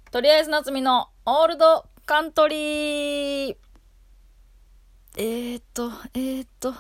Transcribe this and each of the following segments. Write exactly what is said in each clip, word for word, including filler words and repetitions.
とりあえず夏美のオールドカントリー。えーっとえーっとあ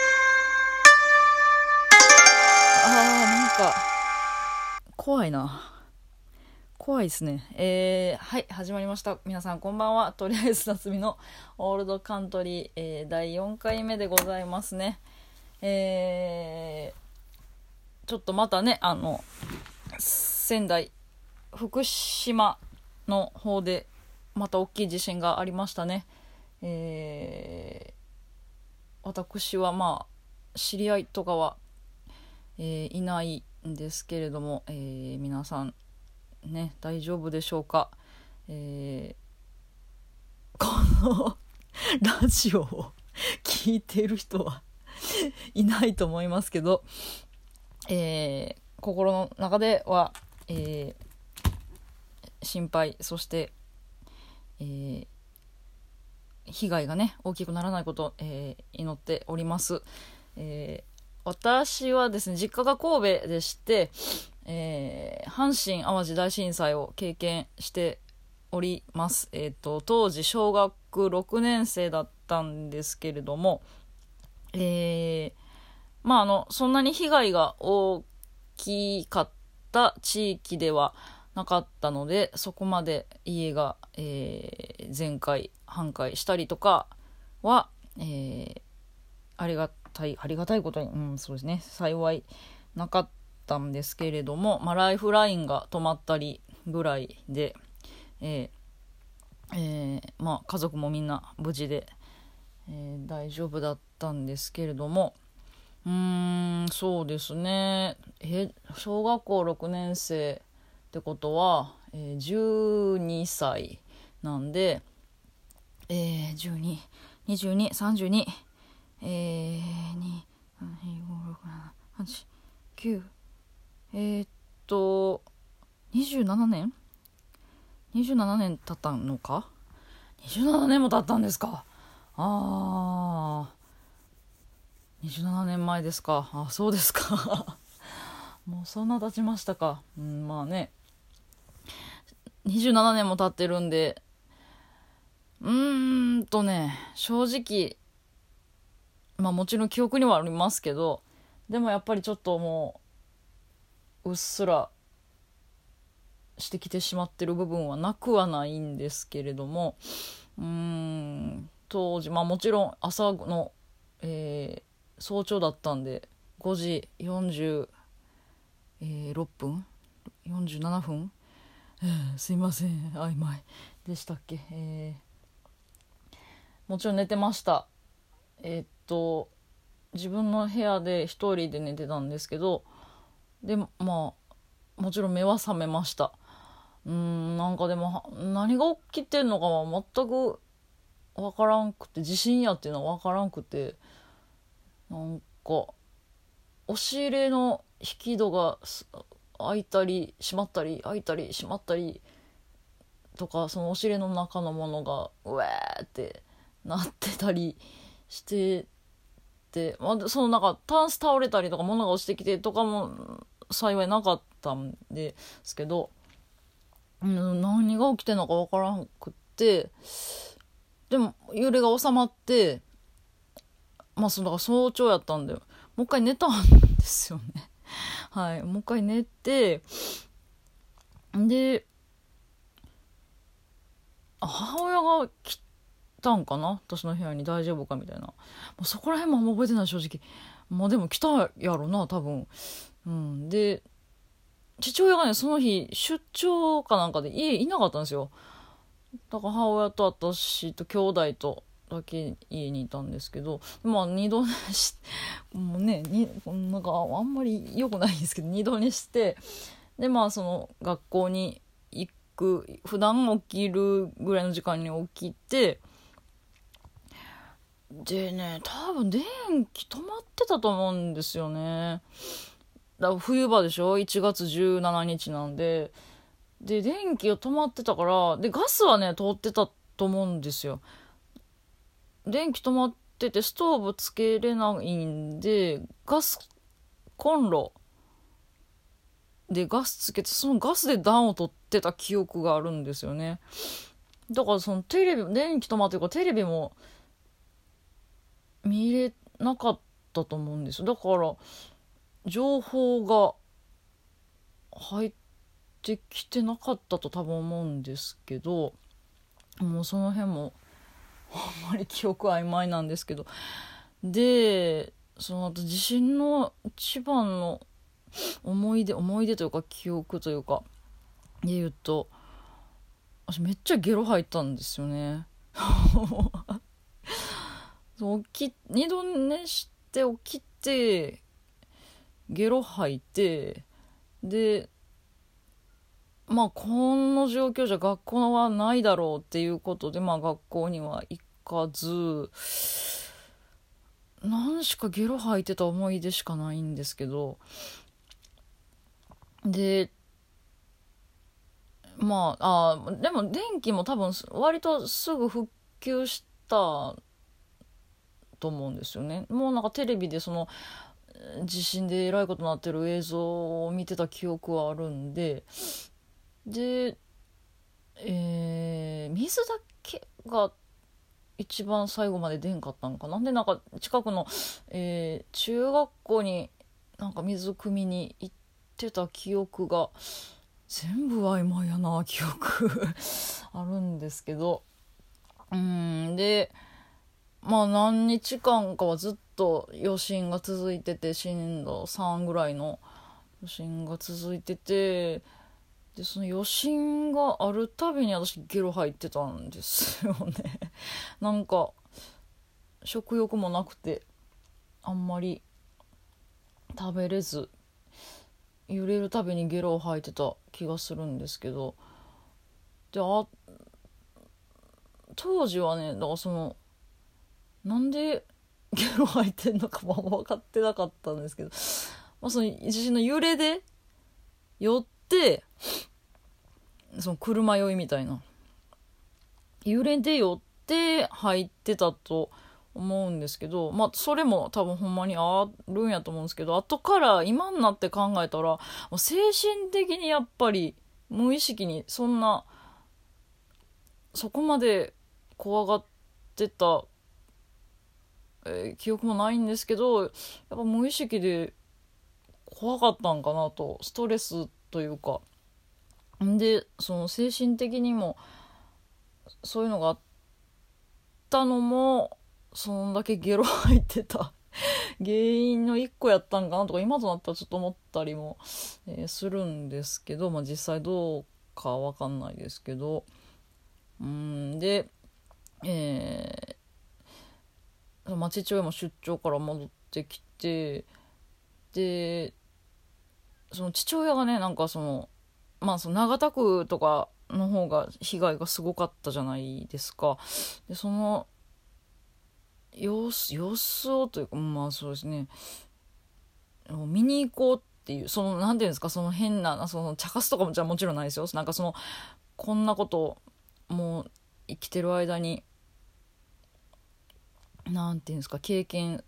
ーなんか怖いな怖いですね。えー、はい始まりました。皆さんこんばんは。とりあえず夏美のオールドカントリー、えー、だいよんかいめでございますね。えー、ちょっとまたね、あの仙台福島の方でまた大きい地震がありましたね。えー、私はまあ知り合いとかは、えーいないんですけれども、えー皆さんね大丈夫でしょうか。えーこのラジオを聞いている人はいないと思いますけど、えー心の中では、えー心配、そして、えー被害がね大きくならないことを、えー祈っております。えー私はですね、実家が神戸でして、えー阪神・淡路大震災を経験しております。えーと、当時小学ろくねん生だったんですけれども、えーまああのそんなに被害が大きかった地域ではなかったので、そこまで家が、えー全壊半壊したりとかは、えーありがたいありがたいことに、うん、そうですね、幸いなかったんですけれども、まあ、ライフラインが止まったりぐらいで、えーえーまあ、家族もみんな無事で、えー大丈夫だったんですけれども、うーんそうですね、え小学校ろくねん生ってことは、えーじゅうにさいなんで、えー、じゅうに、にじゅうに、さんじゅうに、えー、に、さん、よん、ご、ろく、なな、はち、きゅう、えー、っと、にじゅうななねん ?にじゅうなな 年経ったのか？ にじゅうなな 年も経ったんですか。あー、にじゅうななねんまえですか。あ、そうですか。もうそんな経ちましたか。うん、まあね。にじゅうななねんも経ってるんで、うーんとね、正直、まあもちろん記憶にはありますけど、でもやっぱりちょっともううっすらしてきてしまってる部分はなくはないんですけれども、うーん当時まあもちろん朝の、えー早朝だったんでごじよんじゅうろっぷんよんじゅうななふん、えーすいません曖昧でしたっけ。えーもちろん寝てました。えーっと自分の部屋で一人で寝てたんですけど、でまあもちろん目は覚めました。うーんなんかでも何が起きてんのかは全く分からんくて、地震やっていうのは分からんくて、なんか押し入れの引き戸が開いたり閉まったり開いたり閉まったりとか、その押し入れの中のものがうわーってなってたりしてて、まあ、そのなんかタンス倒れたりとか物が落ちてきてとかも幸いなかったんですけど、うん、何が起きてんのか分からんくって、でも揺れが収まって、まあそのだから早朝やったんでもう一回寝たんですよね。はい、もう一回寝て、で母親が来たんかな、私の部屋に大丈夫かみたいな。もうそこら辺もあんま覚えてない正直。まあでも来たやろな多分。うん、で父親がねその日出張かなんかで家いなかったんですよ。だから母親と私と兄弟とだけ家にいたんですけど、まあ二度寝しもうねになんかあんまり良くないんですけど二度寝して、でまあその学校に行く普段起きるぐらいの時間に起きて、でね多分電気止まってたと思うんですよね。だから冬場でしょ、いちがつじゅうしちにちなんで、で電気が止まってたから、でガスはね通ってたと思うんですよ。電気止まっててストーブつけれないんでガスコンロでガスつけて、そのガスで暖を取ってた記憶があるんですよね。だからそのテレビ、電気止まってるからテレビも見れなかったと思うんですよ。だから情報が入ってきてなかったと多分思うんですけど、もうその辺もあんまり記憶曖昧なんですけど、でその後地震の一番の思い出思い出というか記憶というかで言うと、私めっちゃゲロ吐いたんですよね。起き二度寝して起きてゲロ吐いて、でまあこの状況じゃ学校はないだろうっていうことで、まあ学校には行かず、何しかゲロ吐いてた思い出しかないんですけど、でまああでも電気も多分割とすぐ復旧したと思うんですよね。もうなんかテレビでその地震でえらいことになってる映像を見てた記憶はあるんで、で、えー、水だけが一番最後まで出んかったんかな。でなんか近くの、えー、中学校になんか水汲みに行ってた記憶が全部曖昧やな、記憶あるんですけど、うーんでまあ何日間かはずっと余震が続いてて、震度さんぐらいの余震が続いてて、でその余震があるたびに私ゲロ吐いてたんですよね。なんか食欲もなくてあんまり食べれず、揺れるたびにゲロを吐いてた気がするんですけど、であ当時はね、だからそのなんでゲロ吐いてんのかも分かってなかったんですけど、まあ、その地震の揺れで酔ってその車酔いみたいな揺れで酔って入ってたと思うんですけど、まあそれも多分ほんまにあるんやと思うんですけど、後から今になって考えたらもう精神的にやっぱり無意識にそんなそこまで怖がってた、えー記憶もないんですけど、やっぱ無意識で怖かったんかなと、ストレスというかで、その精神的にもそういうのがあったのもそんだけゲロ吐いてた原因の一個やったんかなとか今となったらちょっと思ったりも、えーするんですけど、まあ、実際どうかわかんないですけど、うーんで、えーまあ、父親も出張から戻ってきて、でその父親がねなんかそのまあその長田区とかの方が被害がすごかったじゃないですか。でその様子様子をというか、まあそうですね、見に行こうっていう、そのなんていうんですか、その変なその茶化すとかもじゃもちろんないですよ。なんかそのこんなこともう生きてる間になんていうんですか経験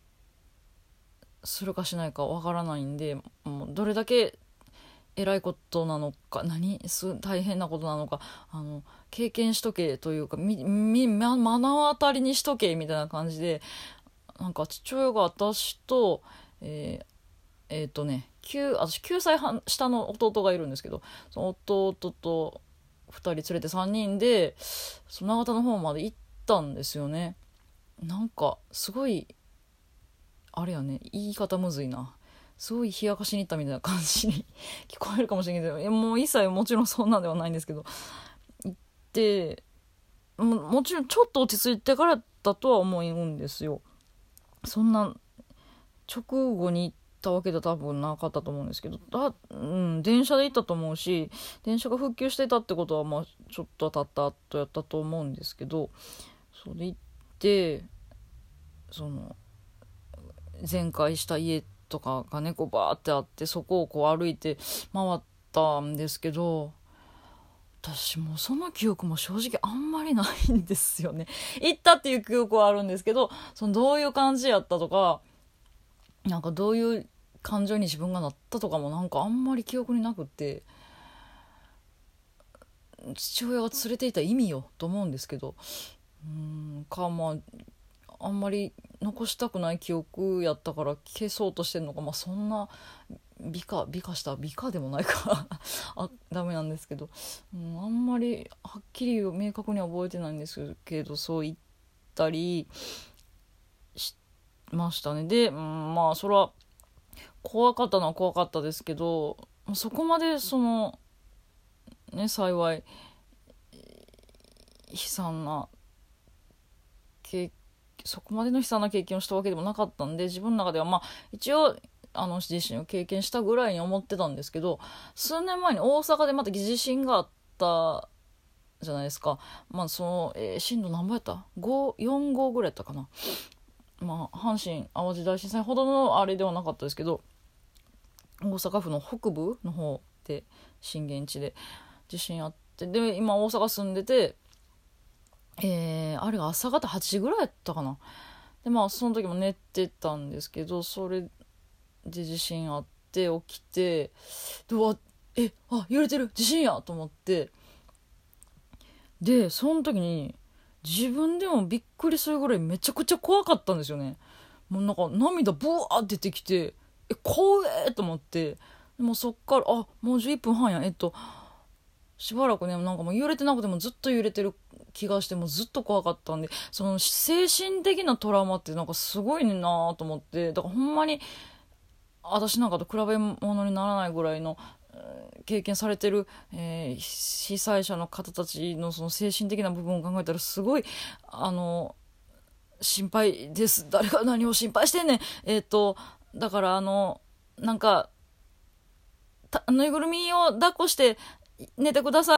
するかしないかわからないんで、もうどれだけ偉いことなのか何す大変なことなのか、あの経験しとけというかみみ目の当たりにしとけみたいな感じで、なんか父親が私とえー、えー、とねきゅう私きゅうさいはん下の弟がいるんですけど、その弟とふたり連れてさんにんでその長田の方まで行ったんですよね。なんかすごいあれやね、言い方むずいな、すごい冷やかしに行ったみたいな感じに聞こえるかもしれないけど、いやもう一切もちろんそんなんではないんですけど、行っても, もちろんちょっと落ち着いてからだとは思うんですよ。そんな直後に行ったわけでは多分なかったと思うんですけど、だ、うん、電車で行ったと思うし、電車が復旧してたってことはまあちょっと経った後やったと思うんですけど、それ行ってその全壊した家とかがねこうバーってあって、そこをこう歩いて回ったんですけど、私もうその記憶も正直あんまりないんですよね。行ったっていう記憶はあるんですけど、そのどういう感じやったとか、なんかどういう感情に自分がなったとかもなんかあんまり記憶になくって、父親が連れていた意味よと思うんですけど、うーんかまああんまり残したくない記憶やったから消そうとしてんのか、まあ、そんな美化美化した美化でもないかあダメなんですけど、うん、あんまりはっきり明確には覚えてないんですけど、そう言ったりしましたね。で、うん、まあそれは怖かったのは怖かったですけど、そこまでそのね幸い悲惨な経そこまでの悲惨な経験をしたわけでもなかったんで、自分の中ではまあ一応あの地震を経験したぐらいに思ってたんですけど、数年前に大阪でまた地震があったじゃないですか。まあその、えー、震度何倍やったご、よん号ぐらいやったかな。まあ阪神淡路大震災ほどのあれではなかったですけど、大阪府の北部の方で震源地で地震あって、で今大阪住んでて、えー、あれが朝方はちじぐらいやったかな。でまあその時も寝てたんですけど、それで地震あって起きて、でわえあ揺れてる地震やと思って、でその時に自分でもびっくりするぐらいめちゃくちゃ怖かったんですよね。もうなんか涙ブワーって出てきて、え怖えと思って、でもそっからあもうじゅういっぷんはんや、えっとしばらくねなんかもう揺れてなくてもずっと揺れてる気がして、もうずっと怖かったんで、その精神的なトラウマってなんかすごいなと思って、だからほんまに私なんかと比べ物にならないぐらいの経験されてる、えー、被災者の方たちのその精神的な部分を考えたらすごいあの心配です。誰が何を心配してんねん。えっとだからあのなんかぬいぐるみを抱っこして寝てください